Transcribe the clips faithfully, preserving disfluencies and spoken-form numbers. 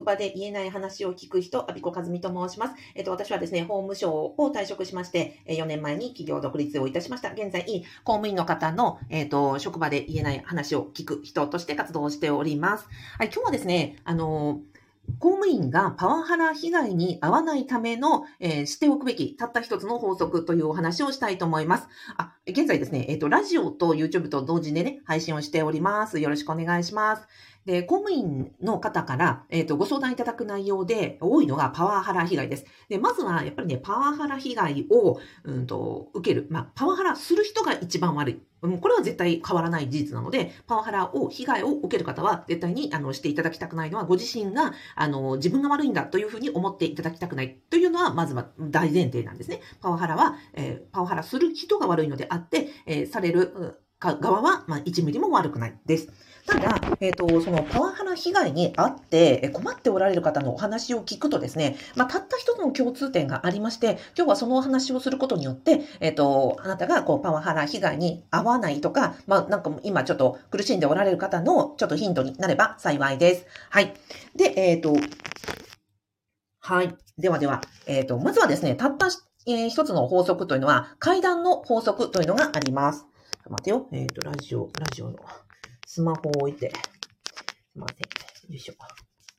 場で言えない話を聞く人、阿比子和美と申します。えっと、私はですね、法務省を退職しまして、よねんまえに企業独立をいたしました。現在、公務員の方の、えっと、職場で言えない話を聞く人として活動をしております。はい、今日はですね、あの、公務員がパワハラ被害に遭わないための、えー、しておくべきたった一つの法則というお話をしたいと思います。あ、現在ですね、えっと、ラジオと YouTube と同時でね、配信をしております。よろしくお願いします。で、公務員の方から、えっと、ご相談いただく内容で多いのがパワハラ被害です。で、まずはやっぱりね、パワハラ被害を、うんと、受ける。まあ、パワハラする人が一番悪い。これは絶対変わらない事実なので、パワハラを、被害を受ける方は絶対にあのしていただきたくないのは、ご自身があの自分が悪いんだというふうに思っていただきたくないというのは、まずは大前提なんですね。パワハラは、えー、パワハラする人が悪いのであって、えー、される側は、まあ、いちミリも悪くないです。ただ、えっと、そのパワハラ被害にあって困っておられる方のお話を聞くとですね、まあ、たった一つの共通点がありまして、今日はそのお話をすることによって、えっと、あなたがこうパワハラ被害に遭わないとか、まあ、なんか今ちょっと苦しんでおられる方のちょっとヒントになれば幸いです。はい。で、えっと、はい。ではでは、えっと、まずはですね、たったえー、一つの法則というのは、階段の法則というのがあります。待てよ。えっと、ラジオ、ラジオのスマホを置いて、すみません。よいしょ。あ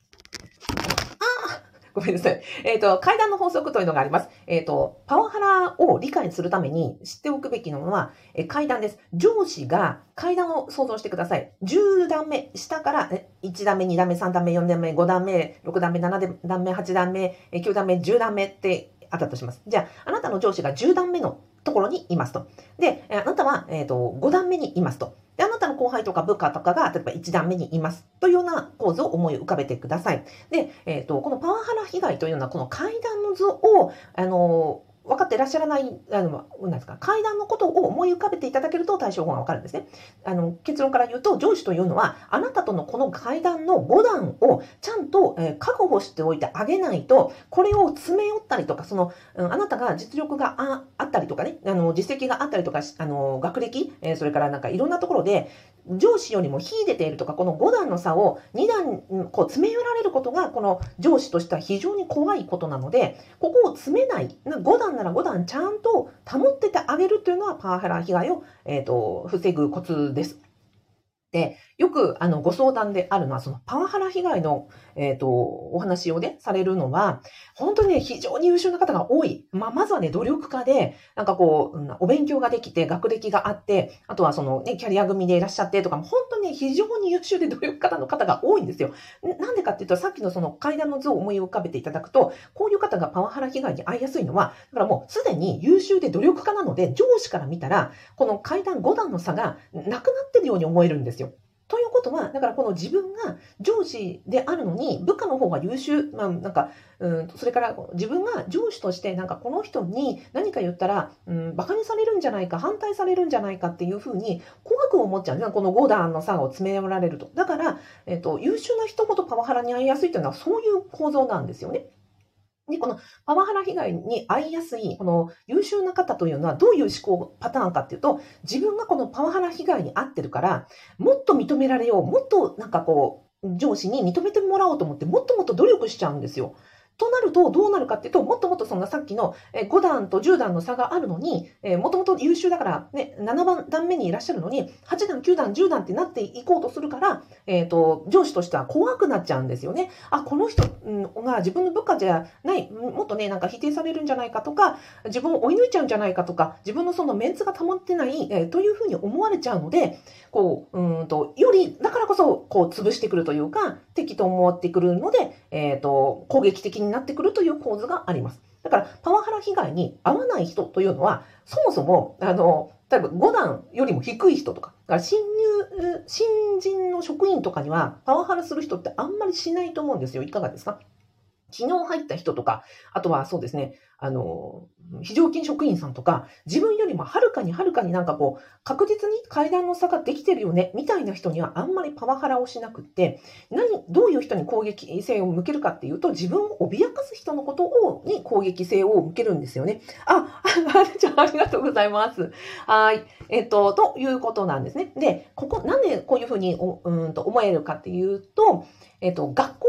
あごめんなさい。えっ、ー、と、階段の法則というのがあります。えっ、ー、と、パワハラを理解するために知っておくべきなのは、えー、階段です。上司が階段を想像してください。じゅう段目、下からいち段目、に段目、さん段目、よん段目、ご段目、ろく段目、なな段目、はち段目、きゅう段目、じゅう段目ってあったとします。じゃあ、あなたの上司がじゅう段目のところにいますと。で、あなたは、えっ、ー、と、ご段目にいますと。で、あなたの後輩とか部下とかが、例えばいち段目にいます。というような構図を思い浮かべてください。で、えっ、ー、と、このパワハラ被害というのは、この階段の図を、あのー、分かっていらっしゃらない、あの、なんですか、階段のことを思い浮かべていただけると対処法がわかるんですね。あの、結論から言うと、上司というのは、あなたとのこの階段のご段をちゃんと、えー、確保しておいてあげないと、これを詰め寄ったりとか、その、うん、あなたが実力が あ, あったりとかね、あの、実績があったりとか、あの、学歴、えー、それからなんかいろんなところで、上司よりも秀でているとか、このご段の差をに段こう詰め寄られることが、この上司としては非常に怖いことなので、ここを詰めない、ご段ならご段ちゃんと保っててあげるというのは、パワハラ被害を、えーと、防ぐコツです。で、よくあのご相談であるのは、そのパワハラ被害の、えっと、お話をね、されるのは、本当にね、非常に優秀な方が多い。まあ、まずはね、努力家で、なんかこう、うん、お勉強ができて、学歴があって、あとはそのね、キャリア組でいらっしゃってとか、本当にね、非常に優秀で努力家の方が多いんですよ。なんでかっていうと、さっきのその階段の図を思い浮かべていただくと、こういう方がパワハラ被害に遭いやすいのは、だからもうすでに優秀で努力家なので、上司から見たら、この階段ご段の差がなくなってるように思えるんですよ。ということは、だからこの自分が上司であるのに、部下の方が優秀、まあ、なんか、うん、それから自分が上司として、なんかこの人に何か言ったら、うん、馬鹿にされるんじゃないか、反対されるんじゃないかっていうふうに怖く思っちゃうんです。このご段の差を詰められると。だから、えっと、優秀な人ほどパワハラに遭いやすいというのはそういう構造なんですよね。で、このパワハラ被害に遭いやすい、この優秀な方というのはどういう思考パターンかっていうと、自分がこのパワハラ被害に遭ってるから、もっと認められよう、もっとなんかこう、上司に認めてもらおうと思って、もっともっと努力しちゃうんですよ。となると、どうなるかっていうと、もっともっとそんなさっきのご段とじゅう段の差があるのに、もともと優秀だから、ね、なな段目にいらっしゃるのに、はち段、きゅう段、じゅう段ってなっていこうとするから、えっと、上司としては怖くなっちゃうんですよね。あ、この人が自分の部下じゃない、もっとね、なんか否定されるんじゃないかとか、自分を追い抜いちゃうんじゃないかとか、自分のそのメンツが保ってない、えー、というふうに思われちゃうので、こう、うんと、より、だからこそ、こう、潰してくるというか、敵と思ってくるので、えっと、攻撃的になってくるという構図があります。だから、パワハラ被害に遭わない人というのは、そもそも、あの、例えばご段よりも低い人とか、だから新入、新人の職員とかには、パワハラする人ってあんまりしないと思うんですよ。いかがですか？昨日入った人とか、あとはそうですね、あの、非常勤職員さんとか、自分よりもはるかにはるかになんかこう、確実に階段の差ができてるよね、みたいな人にはあんまりパワハラをしなくって、何、どういう人に攻撃性を向けるかっていうと、自分を脅かす人のことを、に攻撃性を向けるんですよね。あ、あれちゃんありがとうございます。はい。えっと、ということなんですね。で、ここ、なんでこういうふうに、うんと思えるかっていうと、えっと、学校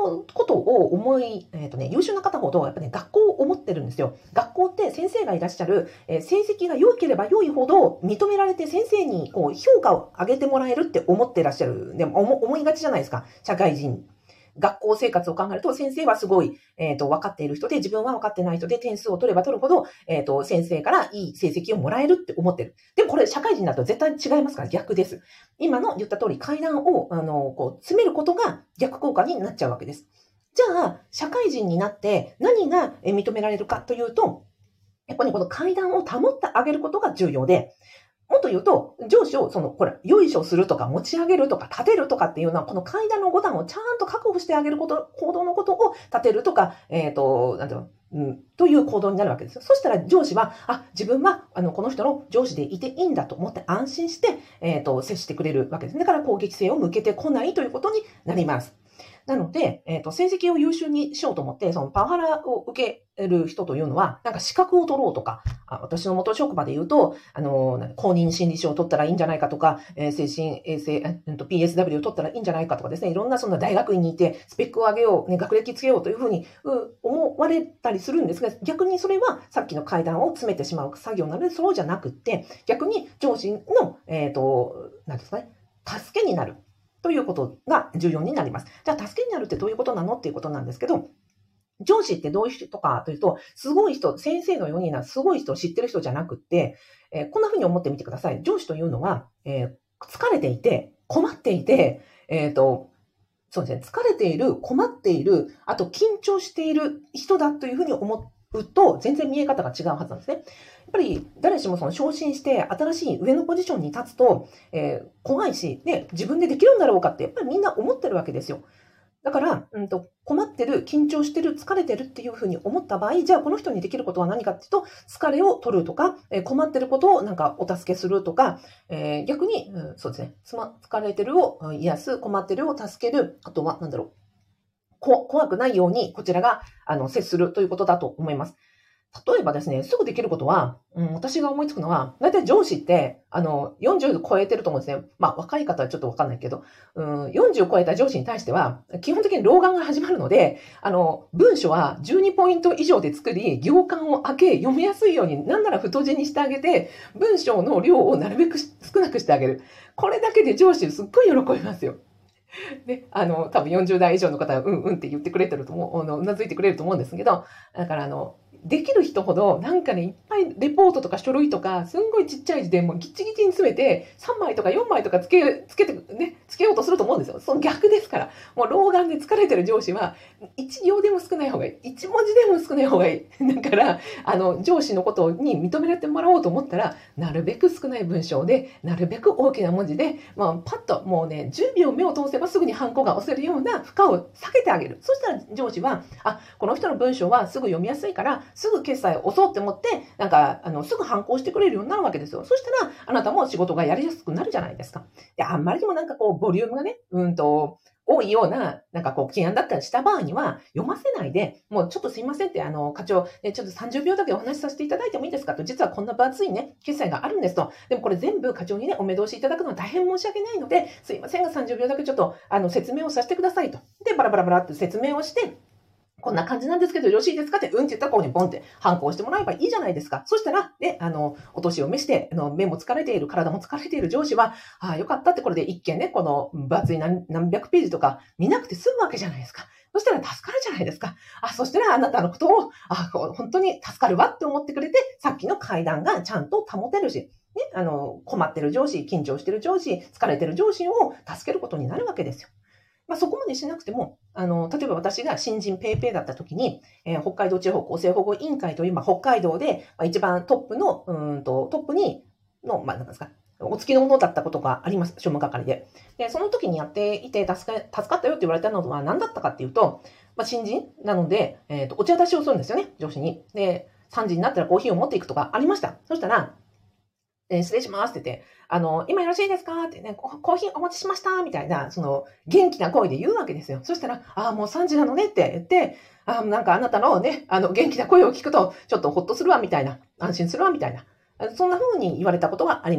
のことを思い、えっとね、優秀な方ほど、やっぱね、学校を思ってるんですよ。学校って先生がいらっしゃる、えー成績が良ければ良いほど認められて先生にこう評価を上げてもらえるって思ってらっしゃる。でも思思いがちじゃないですか。社会人。学校生活を考えると、先生はすごい、えっと、分かっている人で、自分は分かってない人で点数を取れば取るほど、えっと、先生からいい成績をもらえるって思ってる。でもこれ、社会人だと絶対違いますから、逆です。今の言った通り、階段を、あの、こう、詰めることが逆効果になっちゃうわけです。じゃあ、社会人になって何がえ認められるかというと、やっぱりこの階段を保ってあげることが重要で、もっと言うと、上司を、その、ほら、よいしょするとか、持ち上げるとか、立てるとかっていうのは、この階段のボタンをちゃんと確保してあげること、行動のことを立てるとか、えっと、なんていうの、うん、という行動になるわけですよ。そしたら上司は、あ、自分は、あの、この人の上司でいていいんだと思って安心して、えっと、接してくれるわけです。だから攻撃性を向けてこないということになります。なので、えっと、成績を優秀にしようと思って、そのパワハラを受ける人というのは、なんか資格を取ろうとか、あ私の元職場で言うと、あの、なんか公認心理師を取ったらいいんじゃないかとか、えー精神衛生、えうんと ピーエスダブリュー を取ったらいいんじゃないかとかですね、いろんなそんな大学院に行ってスペックを上げよう、ね、学歴つけようというふうにう思われたりするんですが、逆にそれはさっきの階段を詰めてしまう作業なので、そうじゃなくって、逆に上司の、えっと、なんですかね、助けになる。ということが重要になります。じゃあ、助けになるってどういうことなのっていうことなんですけど、上司ってどういう人かというと、すごい人、先生のようになすごい人を知ってる人じゃなくって、えーこんな風に思ってみてください。上司というのは、えー疲れていて、困っていて、えっと、そうですね、疲れている、困っている、あと緊張している人だというふうに思うと、全然見え方が違うはずなんですね。やっぱり誰しもその昇進して新しい上のポジションに立つと、えー怖いし、で、自分でできるんだろうかって、やっぱりみんな思ってるわけですよ。だから、うんと、困ってる、緊張してる、疲れてるっていうふうに思った場合、じゃあこの人にできることは何かっていうと、疲れを取るとか、えー困ってることをなんかお助けするとか、えー逆に、うんそうですね、つま疲れてるをうん癒す、困ってるを助ける、あとは、なんだろう、こ怖くないように、こちらが、あの、接するということだと思います。例えばですね、すぐできることは、うん、私が思いつくのは、だいたい上司って、あの、よんじゅう超えてると思うんですね。まあ、若い方はちょっとわかんないけど、うん、よんじゅう超えた上司に対しては、基本的に老眼が始まるので、あの、文書はじゅうにポイント以上で作り、行間を開け、読みやすいように、なんなら太字にしてあげて、文章の量をなるべく少なくしてあげる。これだけで上司すっごい喜びますよ。で、あの、多分よんじゅう代以上の方は、うんうんって言ってくれてると思う、あの、うなずいてくれると思うんですけど、だからあの、できる人ほど、なんかね、いっぱいレポートとか書類とか、すんごいちっちゃい字でもうギッチギチに詰めて、さんまいとかよんまいとかつけ、つけて、ね、つけようとすると思うんですよ。その逆ですから。もう老眼で疲れてる上司は、いち行でも少ない方がいい。いち文字でも少ない方がいい。だから、あの、上司のことに認められてもらおうと思ったら、なるべく少ない文章で、なるべく大きな文字で、まあ、パッともうね、じゅうびょう目を通せばすぐにハンコが押せるような負荷を下げてあげる。そしたら上司は、あ、この人の文章はすぐ読みやすいから、すぐ決済を押そうって思って、なんか、あの、すぐハンコをしてくれるようになるわけですよ。そしたら、あなたも仕事がやりやすくなるじゃないですか。で、あんまりにもなんかこう、ボリュームがね、うんと、多いような、なんかこう、起案だったりした場合には、読ませないで、もうちょっとすいませんって、あの、課長、ね、ちょっとさんじゅうびょうだけお話しさせていただいてもいいですかと、実はこんな分厚いね、決済があるんですと。でもこれ全部課長にね、お目通しいただくのは大変申し訳ないので、すいませんがさんじゅうびょうだけちょっと、あの、説明をさせてくださいと。で、バラバラバラって説明をして、こんな感じなんですけど、よろしいですかって、うんって言ったらここにボンってハンコをしてもらえばいいじゃないですか。そしたら、ね、あの、お年を召して、あの、目も疲れている、体も疲れている上司は、ああ、よかったってこれで一件ね、この分厚い何何百ページとか見なくて済むわけじゃないですか。そしたら助かるじゃないですか。あ、そしたらあなたのことを、あ、本当に助かるわって思ってくれて、さっきの階段がちゃんと保てるし、ね、あの、困ってる上司、緊張してる上司、疲れてる上司を助けることになるわけですよ。まあ、そこまでしなくても、あの、例えば私が新人ペイペイだった時に、えー北海道地方厚生保護委員会という、まあ、北海道で、まあ、一番トップの、うーんと、トップに、の、まあ、なんですか、お付きの者だったことがあります、庶務係で。で、その時にやっていて助か、助かったよって言われたのは何だったかっていうと、まあ、新人なので、えっと、お茶出しをするんですよね、上司に。で、さんじになったらコーヒーを持っていくとかありました。そしたら、えー失礼しますって言って、あの、今よろしいですかってね、ココーヒーお持ちしましたみたいな、その、元気な声で言うわけですよ。そしたら、ああ、もうさんじなのねって言って、ああ、なんかあなたのね、あの、元気な声を聞くと、ちょっとほっとするわみたいな、安心するわみたいな、あそんな風に言われたことがありました。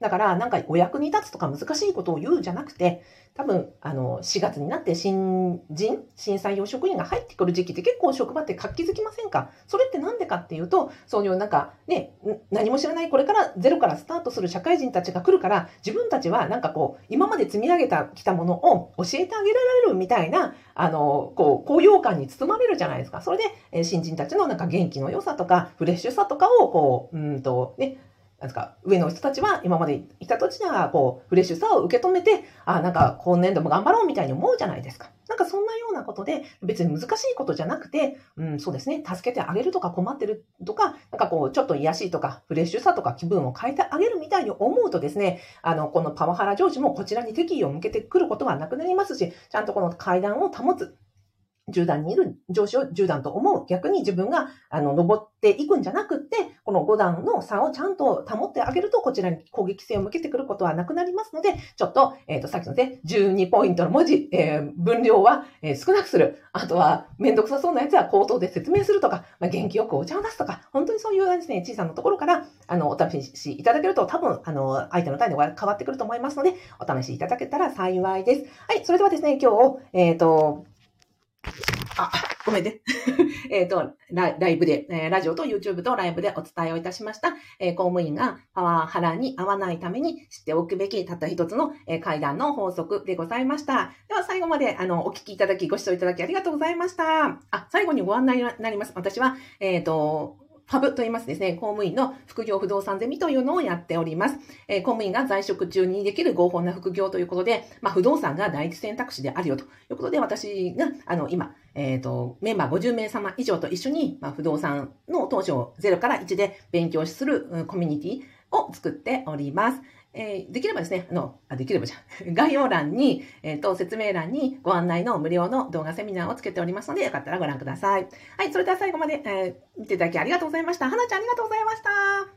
だから、なんかお役に立つとか難しいことを言うんじゃなくて、多分、あの、しがつになって新人、新採用職員が入ってくる時期って結構職場って活気づきませんか？それってなんでかっていうと、そういうなんかね、何も知らないこれからゼロからスタートする社会人たちが来るから、自分たちはなんかこう、今まで積み上げたきたものを教えてあげられるみたいな、あの、こう、高揚感に包まれるじゃないですか。それで、えー新人たちのなんか元気の良さとか、フレッシュさとかを、こう、うんと、ね、なんですか、上の人たちは今までいた土地ではこうフレッシュさを受け止めて、あ、なんか今年度も頑張ろうみたいに思うじゃないですか。なんかそんなようなことで、別に難しいことじゃなくて、うん、そうですね、助けてあげるとか困ってるとか、なんかこうちょっと癒やしいとかフレッシュさとか気分を変えてあげるみたいに思うとですね、あのこのパワハラ上司もこちらに敵意を向けてくることはなくなりますし、ちゃんとこの階段を保つ。じゅう段にいる上司をじゅう段と思う。逆に自分が、あの、登っていくんじゃなくって、このご段の差をちゃんと保ってあげると、こちらに攻撃性を向けてくることはなくなりますので、ちょっと、えっと、さっきのね、じゅうにポイントの文字、えー分量は、えー少なくする。あとは、めんどくさそうなやつは口頭で説明するとか、まあ、元気よくお茶を出すとか、本当にそういうですね、小さなところから、あの、お試しいただけると、多分、あの、相手の態度が変わってくると思いますので、お試しいただけたら幸いです。はい、それではですね、今日、えっと、あ、ごめんね。えっと、ラライブで、えーラジオと YouTube とライブでお伝えをいたしました、えー公務員がパワハラに遭わないために知っておくべきたった一つの、えー階段の法則でございました。では最後まであのお聞きいただき、ご視聴いただきありがとうございました。あ、最後にご案内になります。私は、えっと、ファブと言いますですね、公務員の副業不動産ゼミというのをやっております。えー公務員が在職中にできる合法な副業ということで、まあ、不動産が第一選択肢であるよということで、私があの今、えっと、メンバーごじゅう名様以上と一緒に、まあ、不動産の投資をゼロからいちで勉強するうんコミュニティを作っております。えーできればですね、あの、あ、できればじゃん。概要欄に、えっと、説明欄にご案内の無料の動画セミナーをつけておりますので、よかったらご覧ください。はい、それでは最後まで、えー見ていただきありがとうございました。はなちゃんありがとうございました。